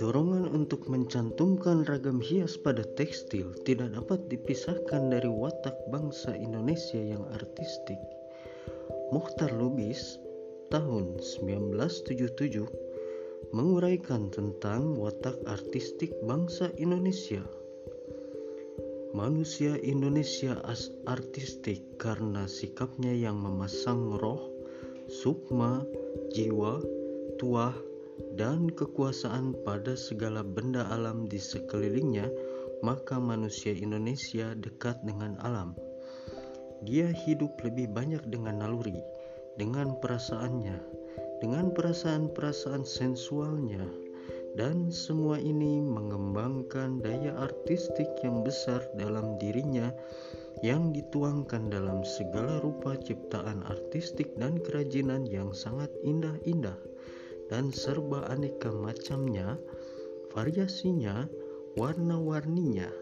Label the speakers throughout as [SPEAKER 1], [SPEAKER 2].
[SPEAKER 1] Dorongan untuk mencantumkan ragam hias pada tekstil tidak dapat dipisahkan dari watak bangsa Indonesia yang artistik. Mochtar Lubis tahun 1977 menguraikan tentang watak artistik bangsa Indonesia. Manusia Indonesia artistik karena sikapnya yang memasang roh, sukma, jiwa, tuah, dan kekuasaan pada segala benda alam di sekelilingnya, maka manusia Indonesia dekat dengan alam. Dia hidup lebih banyak dengan naluri, dengan perasaannya, dengan perasaan-perasaan sensualnya, dan semua ini mengembangkan daya artistik yang besar dalam dirinya yang dituangkan dalam segala rupa ciptaan artistik dan kerajinan yang sangat indah-indah dan serba aneka macamnya, variasinya, warna-warninya.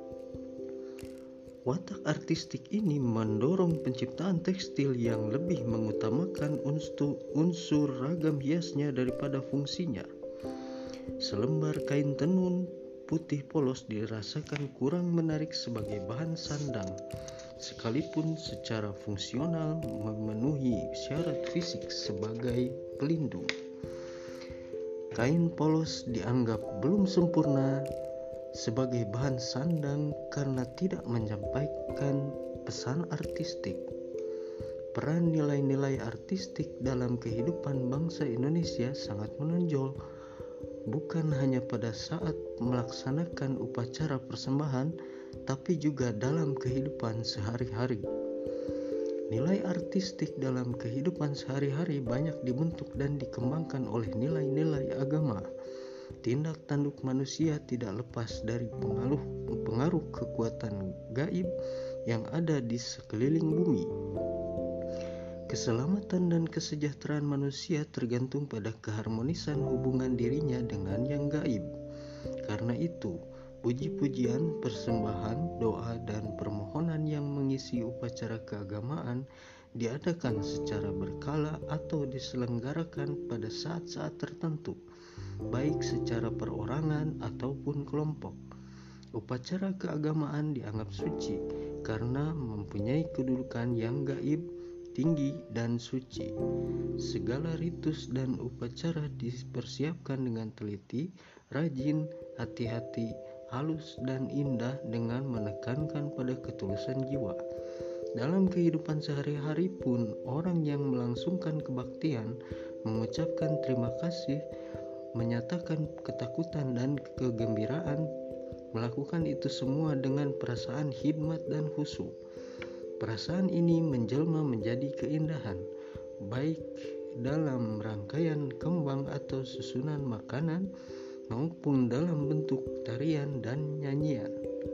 [SPEAKER 1] Watak artistik ini mendorong penciptaan tekstil yang lebih mengutamakan unsur ragam hiasnya daripada fungsinya. Selembar kain tenun putih polos dirasakan kurang menarik sebagai bahan sandang, sekalipun secara fungsional memenuhi syarat fisik sebagai pelindung. Kain polos dianggap belum sempurna sebagai bahan sandang karena tidak menyampaikan pesan artistik. Peran nilai-nilai artistik dalam kehidupan bangsa Indonesia sangat menonjol, bukan hanya pada saat melaksanakan upacara persembahan, tapi juga dalam kehidupan sehari-hari. Nilai artistik dalam kehidupan sehari-hari banyak dibentuk dan dikembangkan oleh nilai-nilai agama. Tindak tanduk manusia tidak lepas dari pengaruh kekuatan gaib yang ada di sekeliling bumi. Keselamatan dan kesejahteraan manusia tergantung pada keharmonisan hubungan dirinya dengan yang gaib. Karena itu, puji-pujian, persembahan, doa, dan permohonan yang mengisi upacara keagamaan diadakan secara berkala atau diselenggarakan pada saat-saat tertentu, baik secara perorangan ataupun kelompok. Upacara keagamaan dianggap suci karena mempunyai kedudukan yang gaib, tinggi, dan suci. Segala ritus dan upacara dipersiapkan dengan teliti, rajin, hati-hati, halus, dan indah dengan menekankan pada ketulusan jiwa. Dalam kehidupan sehari-hari pun, orang yang melangsungkan kebaktian, mengucapkan terima kasih, menyatakan ketakutan dan kegembiraan, melakukan itu semua dengan perasaan hikmat dan khusyuk. Perasaan ini menjelma menjadi keindahan, baik dalam rangkaian kembang atau susunan makanan, maupun dalam bentuk tarian dan nyanyian.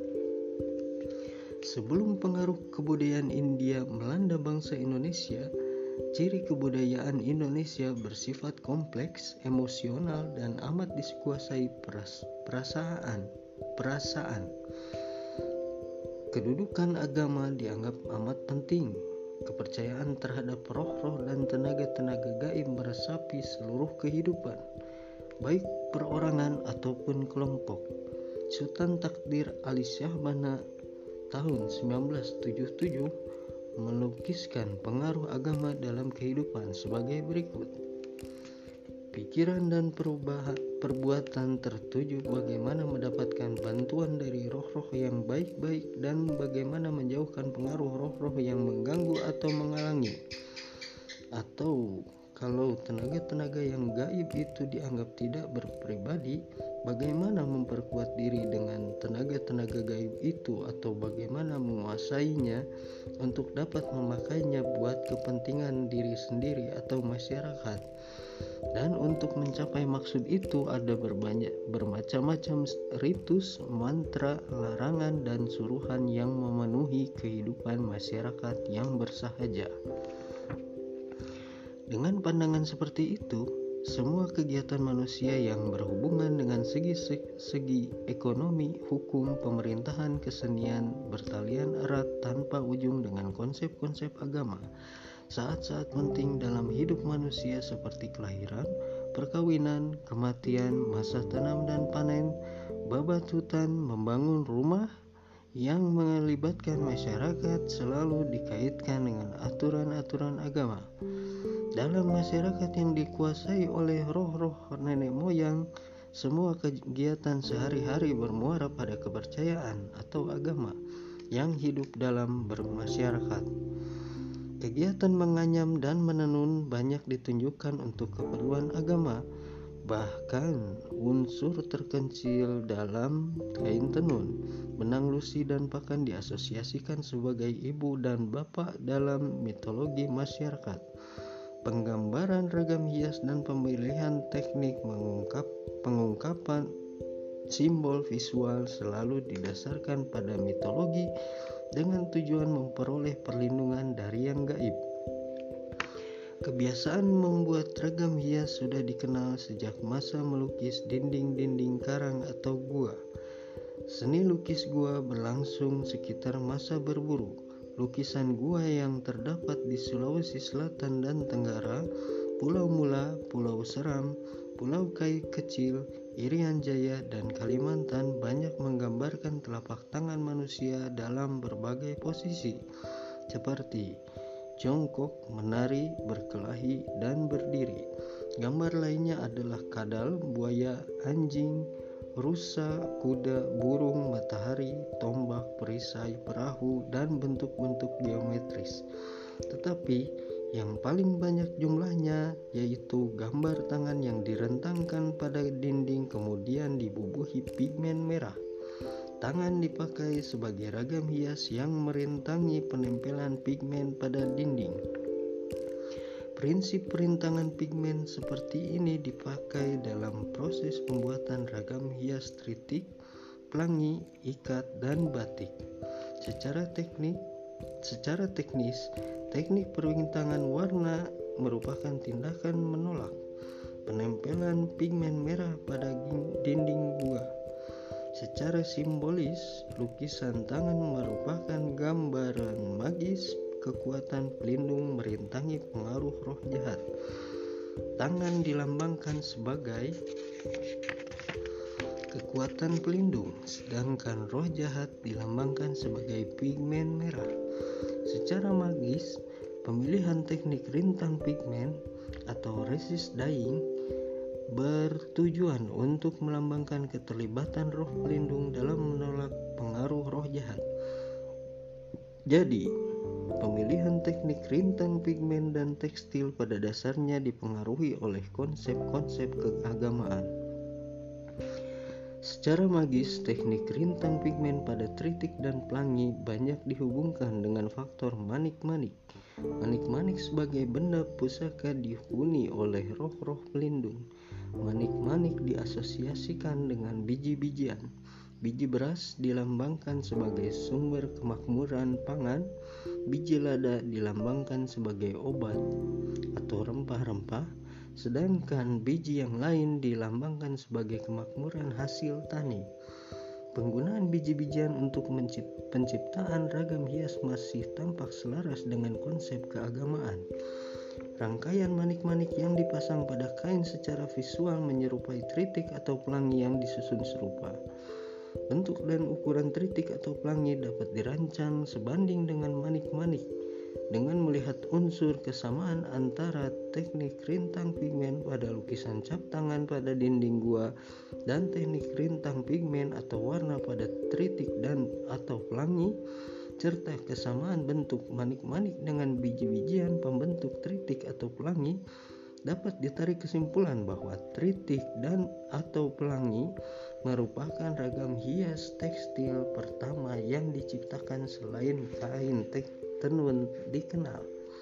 [SPEAKER 1] Sebelum pengaruh kebudayaan India melanda bangsa Indonesia, ciri kebudayaan Indonesia bersifat kompleks, emosional, dan amat dikuasai perasaan. Kedudukan agama dianggap amat penting. Kepercayaan terhadap roh-roh dan tenaga-tenaga gaib meresapi seluruh kehidupan, baik perorangan ataupun kelompok. Sultan Takdir Ali Syahbana tahun 1977 melukiskan pengaruh agama dalam kehidupan sebagai berikut. Pikiran dan perbuatan tertuju bagaimana mendapatkan bantuan dari roh-roh yang baik-baik dan bagaimana menjauhkan pengaruh roh-roh yang mengganggu atau menghalangi. Atau kalau tenaga-tenaga yang gaib itu dianggap tidak berpribadi, bagaimana memperkuat diri dengan tenaga-tenaga gaib itu atau bagaimana menguasainya untuk dapat memakainya buat kepentingan diri sendiri atau masyarakat. Dan untuk mencapai maksud itu ada bermacam-macam ritus, mantra, larangan, dan suruhan yang memenuhi kehidupan masyarakat yang bersahaja. Dengan pandangan seperti itu, semua kegiatan manusia yang berhubungan dengan segi ekonomi, hukum, pemerintahan, kesenian bertalian erat tanpa ujung dengan konsep-konsep agama. Saat-saat penting dalam hidup manusia seperti kelahiran, perkawinan, kematian, masa tanam dan panen, babatutan, membangun rumah yang melibatkan masyarakat selalu dikaitkan dengan aturan-aturan agama. Dalam masyarakat yang dikuasai oleh roh-roh nenek moyang, semua kegiatan sehari-hari bermuara pada kepercayaan atau agama yang hidup dalam bermasyarakat. Kegiatan menganyam dan menenun banyak ditunjukkan untuk keperluan agama. Bahkan unsur terkecil dalam kain tenun, benang lusi dan pakan diasosiasikan sebagai ibu dan bapak dalam mitologi masyarakat. Penggambaran ragam hias dan pemilihan teknik pengungkapan simbol visual selalu didasarkan pada mitologi dengan tujuan memperoleh perlindungan dari yang gaib. Kebiasaan membuat ragam hias sudah dikenal sejak masa melukis dinding-dinding karang atau gua. Seni lukis gua berlangsung sekitar masa berburu. Lukisan gua yang terdapat di Sulawesi Selatan dan Tenggara, Pulau Mula, Pulau Seram, Pulau Kai Kecil, Irian Jaya, dan Kalimantan banyak menggambarkan telapak tangan manusia dalam berbagai posisi, seperti jongkok, menari, berkelahi, dan berdiri. Gambar lainnya adalah kadal, buaya, anjing, rusa, kuda, burung, matahari, tombak, perisai, perahu, dan bentuk-bentuk geometris. Tetapi yang paling banyak jumlahnya yaitu gambar tangan yang direntangkan pada dinding kemudian dibubuhi pigmen merah. Tangan dipakai sebagai ragam hias yang merintangi penempelan pigmen pada dinding. Prinsip perintangan pigmen seperti ini dipakai dalam proses pembuatan ragam hias tritik, pelangi, ikat, dan batik. Secara teknis, teknik perintangan warna merupakan tindakan menolak penempelan pigmen merah pada dinding gua. Secara simbolis, lukisan tangan merupakan gambaran magis kekuatan pelindung merintangi pengaruh roh jahat. Tangan dilambangkan sebagai kekuatan pelindung, sedangkan roh jahat dilambangkan sebagai pigmen merah. Secara magis, pemilihan teknik rintang pigmen atau resist dyeing bertujuan untuk melambangkan keterlibatan roh pelindung dalam menolak pengaruh roh jahat. Jadi, pemilihan teknik rintang pigmen dan tekstil pada dasarnya dipengaruhi oleh konsep-konsep keagamaan. Secara magis, teknik rintang pigmen pada tritik dan pelangi banyak dihubungkan dengan faktor manik-manik. Manik-manik sebagai benda pusaka dihuni oleh roh-roh pelindung. Manik-manik diasosiasikan dengan biji-bijian. Biji beras dilambangkan sebagai sumber kemakmuran pangan, biji lada dilambangkan sebagai obat atau rempah-rempah, sedangkan biji yang lain dilambangkan sebagai kemakmuran hasil tani. Penggunaan biji-bijian untuk penciptaan ragam hias masih tampak selaras dengan konsep keagamaan. Rangkaian manik-manik yang dipasang pada kain secara visual menyerupai tritik atau pelangi yang disusun serupa. Bentuk dan ukuran tritik atau pelangi dapat dirancang sebanding dengan manik-manik dengan melihat unsur kesamaan antara teknik rintang pigmen pada lukisan cap tangan pada dinding gua dan teknik rintang pigmen atau warna pada tritik dan atau pelangi, serta kesamaan bentuk manik-manik dengan biji-bijian pembentuk tritik atau pelangi. Dapat ditarik kesimpulan bahwa tritik dan atau pelangi merupakan ragam hias tekstil pertama yang diciptakan selain kain tenun dikenal.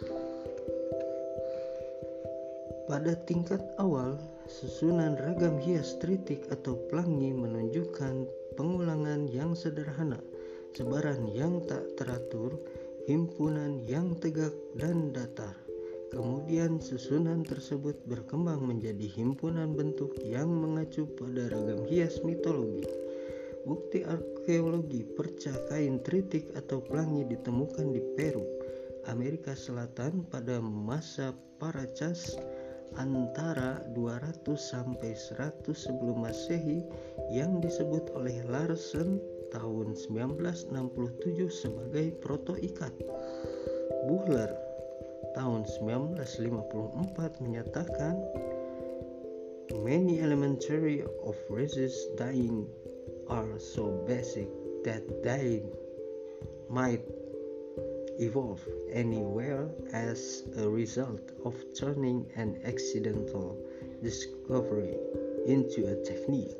[SPEAKER 1] Pada tingkat awal, susunan ragam hias tritik atau pelangi menunjukkan pengulangan yang sederhana, sebaran yang tak teratur, himpunan yang tegak dan datar. Kemudian susunan tersebut berkembang menjadi himpunan bentuk yang mengacu pada ragam hias mitologi. Bukti arkeologi perca kain tritik atau pelangi ditemukan di Peru, Amerika Selatan pada masa Paracas antara 200 sampai 100 sebelum Masehi yang disebut oleh Larsen tahun 1967 sebagai proto-ikat. Buhler tahun 1954 menyatakan many elementary of resist dying are so basic that they might evolve anywhere as a result of turning an accidental discovery into a technique.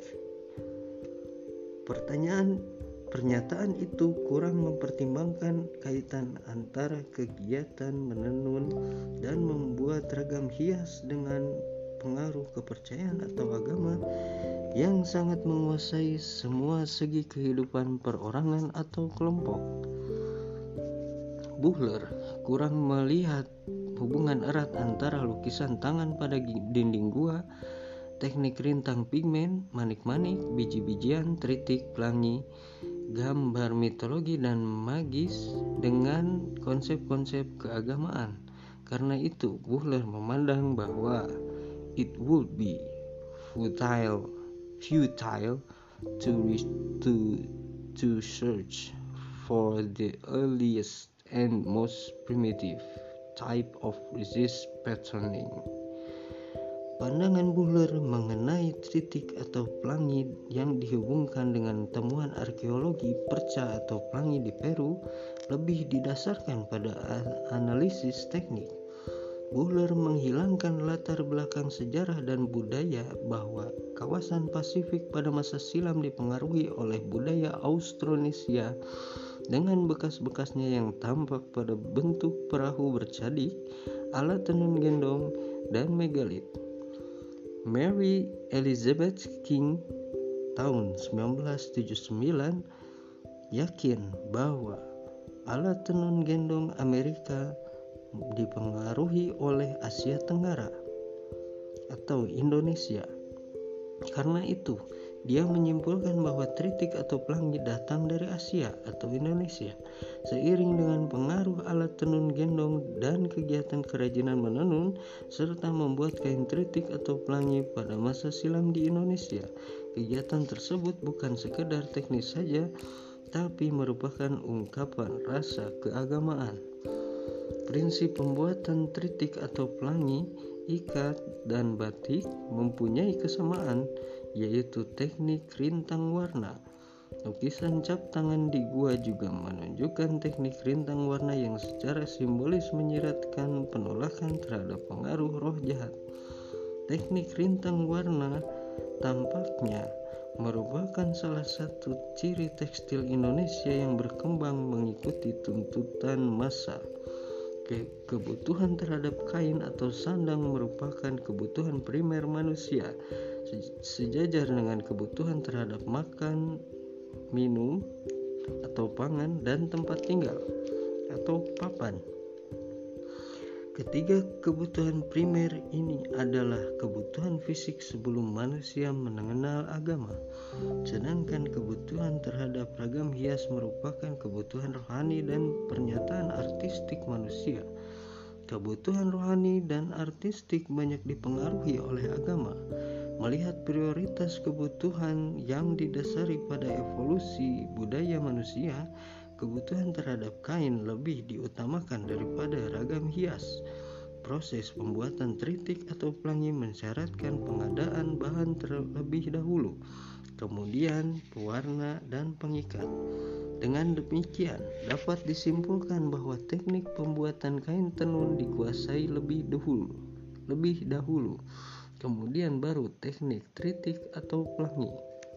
[SPEAKER 1] Pernyataan itu kurang mempertimbangkan kaitan antara kegiatan menenun dan membuat ragam hias dengan pengaruh kepercayaan atau agama yang sangat menguasai semua segi kehidupan perorangan atau kelompok. Buhler kurang melihat hubungan erat antara lukisan tangan pada dinding gua, teknik rintang pigmen, manik-manik, biji-bijian, tritik, pelangi, gambar mitologi dan magis dengan konsep-konsep keagamaan. Karena itu, Buhler memandang bahwa it would be futile to search for the earliest and most primitive type of resist patterning. Pandangan Buhler mengenai tritik atau pelangi yang dihubungkan dengan temuan arkeologi perca atau pelangi di Peru lebih didasarkan pada analisis teknik. Buhler menghilangkan latar belakang sejarah dan budaya bahwa kawasan Pasifik pada masa silam dipengaruhi oleh budaya Austronesia dengan bekas-bekasnya yang tampak pada bentuk perahu bercadik, alat tenun gendong, dan megalit. Mary Elizabeth King tahun 1979 yakin bahwa alat tenun gendong Amerika dipengaruhi oleh Asia Tenggara atau Indonesia. Karena itu, dia menyimpulkan bahwa tritik atau pelangi datang dari Asia atau Indonesia. Seiring dengan pengaruh alat tenun gendong dan kegiatan kerajinan menenun serta membuat kain tritik atau pelangi pada masa silam di Indonesia, kegiatan tersebut bukan sekedar teknis saja, tapi merupakan ungkapan rasa keagamaan. Prinsip pembuatan tritik atau pelangi, ikat, dan batik mempunyai kesamaan, yaitu teknik rintang warna. Lukisan cap tangan di gua juga menunjukkan teknik rintang warna yang secara simbolis menyiratkan penolakan terhadap pengaruh roh jahat. Teknik rintang warna tampaknya merupakan salah satu ciri tekstil Indonesia yang berkembang mengikuti tuntutan massa. Kebutuhan terhadap kain atau sandang merupakan kebutuhan primer manusia, sejajar dengan kebutuhan terhadap makan, minum, atau pangan, dan tempat tinggal, atau papan. Ketiga kebutuhan primer ini adalah kebutuhan fisik sebelum manusia mengenal agama, sedangkan kebutuhan terhadap ragam hias merupakan kebutuhan rohani dan pernyataan artistik manusia. Kebutuhan rohani dan artistik banyak dipengaruhi oleh agama. Melihat prioritas kebutuhan yang didasari pada evolusi budaya manusia, kebutuhan terhadap kain lebih diutamakan daripada ragam hias. Proses pembuatan tritik atau pelangi mensyaratkan pengadaan bahan terlebih dahulu, kemudian pewarna dan pengikat. Dengan demikian, dapat disimpulkan bahwa teknik pembuatan kain tenun dikuasai lebih dahulu, kemudian baru teknik tritik atau pelangi.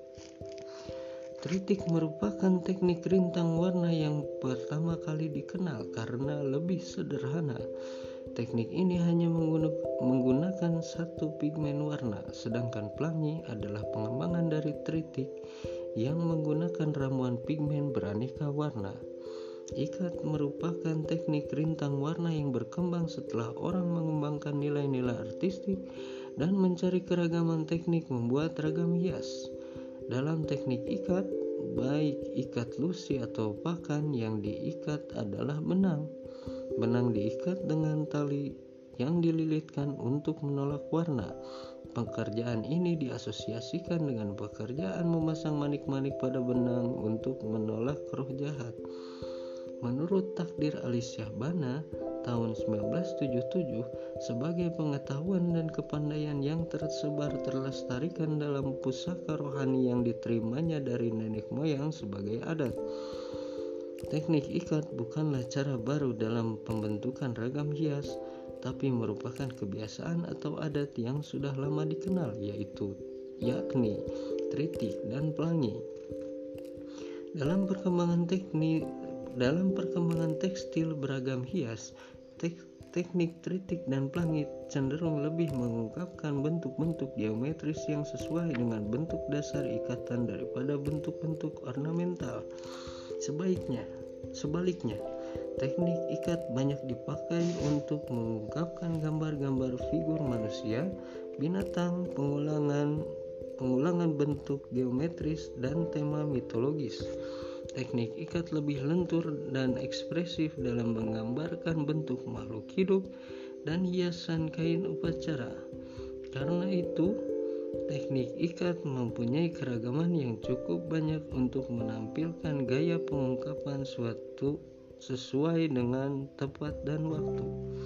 [SPEAKER 1] Tritik merupakan teknik rintang warna yang pertama kali dikenal karena lebih sederhana. Teknik ini hanya menggunakan satu pigmen warna, sedangkan pelangi adalah pengembangan dari tritik yang menggunakan ramuan pigmen beraneka warna. Ikat merupakan teknik rintang warna yang berkembang setelah orang mengembangkan nilai-nilai artistik dan mencari keragaman teknik membuat ragam hias. Dalam teknik ikat, baik ikat lusi atau pakan, yang diikat adalah benang. Benang diikat dengan tali yang dililitkan untuk menolak warna. Pekerjaan ini diasosiasikan dengan pekerjaan memasang manik-manik pada benang untuk menolak roh jahat. Menurut takdir Alicia Bana tahun 1977, sebagai pengetahuan dan kepandaian yang terlestarikan dalam pusaka rohani yang diterimanya dari nenek moyang sebagai adat. Teknik ikat bukanlah cara baru dalam pembentukan ragam hias, tapi merupakan kebiasaan atau adat yang sudah lama dikenal, yakni tritik dan pelangi. Dalam perkembangan tekstil beragam hias, teknik tritik dan pelangi cenderung lebih mengungkapkan bentuk-bentuk geometris yang sesuai dengan bentuk dasar ikatan daripada bentuk-bentuk ornamental. Sebaliknya, teknik ikat banyak dipakai untuk mengungkapkan gambar-gambar figur manusia, binatang, pengulangan bentuk geometris, dan tema mitologis. Teknik ikat lebih lentur dan ekspresif dalam menggambarkan bentuk makhluk hidup dan hiasan kain upacara. Karena itu, teknik ikat mempunyai keragaman yang cukup banyak untuk menampilkan gaya pengungkapan suatu sesuai dengan tempat dan waktu.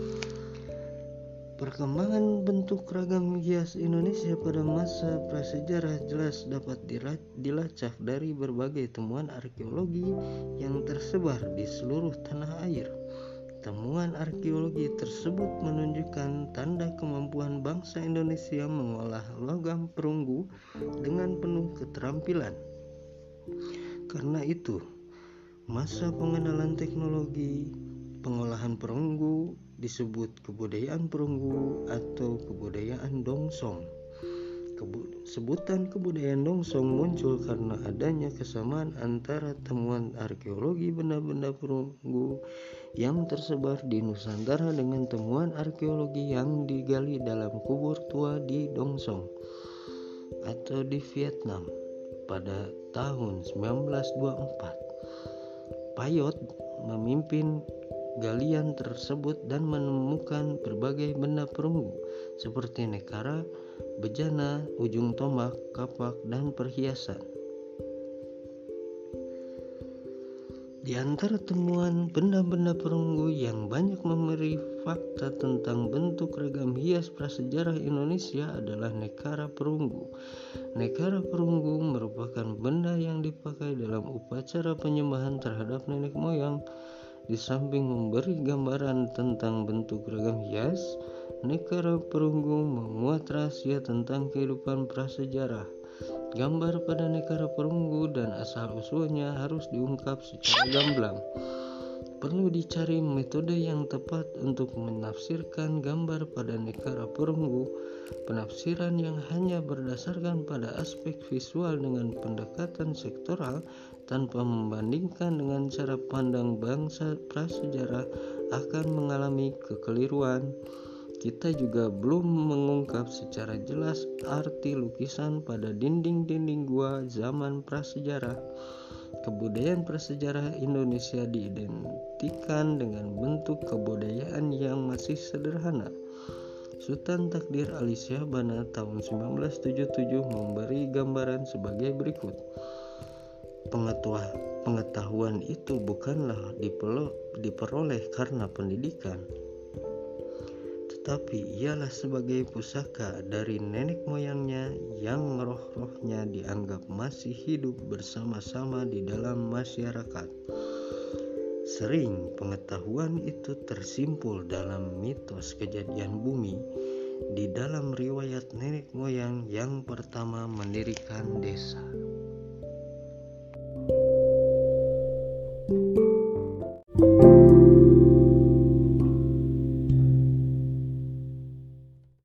[SPEAKER 1] Perkembangan bentuk ragam hias Indonesia pada masa prasejarah jelas dapat dilacak dari berbagai temuan arkeologi yang tersebar di seluruh tanah air. Temuan arkeologi tersebut menunjukkan tanda kemampuan bangsa Indonesia mengolah logam perunggu dengan penuh keterampilan. Karena itu, masa pengenalan teknologi pengolahan perunggu disebut kebudayaan perunggu atau kebudayaan dongsong. Sebutan kebudayaan dongsong muncul karena adanya kesamaan antara temuan arkeologi benda-benda perunggu yang tersebar di Nusantara dengan temuan arkeologi yang digali dalam kubur tua di Dongsong atau di Vietnam pada tahun 1924. Payot memimpin galian tersebut dan menemukan berbagai benda perunggu seperti nekara, bejana, ujung tombak, kapak, dan perhiasan. Di antara temuan benda-benda perunggu yang banyak memberi fakta tentang bentuk ragam hias prasejarah Indonesia adalah nekara perunggu. Nekara perunggu merupakan benda yang dipakai dalam upacara penyembahan terhadap nenek moyang. Di samping memberi gambaran tentang bentuk ragam hias, nekara perunggu memuat rahasia tentang kehidupan prasejarah. Gambar pada nekara perunggu dan asal-usulnya harus diungkap secara gamblang. Perlu dicari metode yang tepat untuk menafsirkan gambar pada nekara perunggu. Penafsiran yang hanya berdasarkan pada aspek visual dengan pendekatan sektoral tanpa membandingkan dengan cara pandang bangsa prasejarah akan mengalami kekeliruan. Kita juga belum mengungkap secara jelas arti lukisan pada dinding-dinding gua zaman prasejarah. Kebudayaan prasejarah Indonesia diidentikan dengan bentuk kebudayaan yang masih sederhana. Sultan Takdir Alicia Bana tahun 1977 memberi gambaran sebagai berikut. Pengetahuan itu bukanlah diperoleh karena pendidikan, tetapi ialah sebagai pusaka dari nenek moyangnya yang roh-rohnya dianggap masih hidup bersama-sama di dalam masyarakat. Sering pengetahuan itu tersimpul dalam mitos kejadian bumi, di dalam riwayat nenek moyang yang pertama mendirikan desa.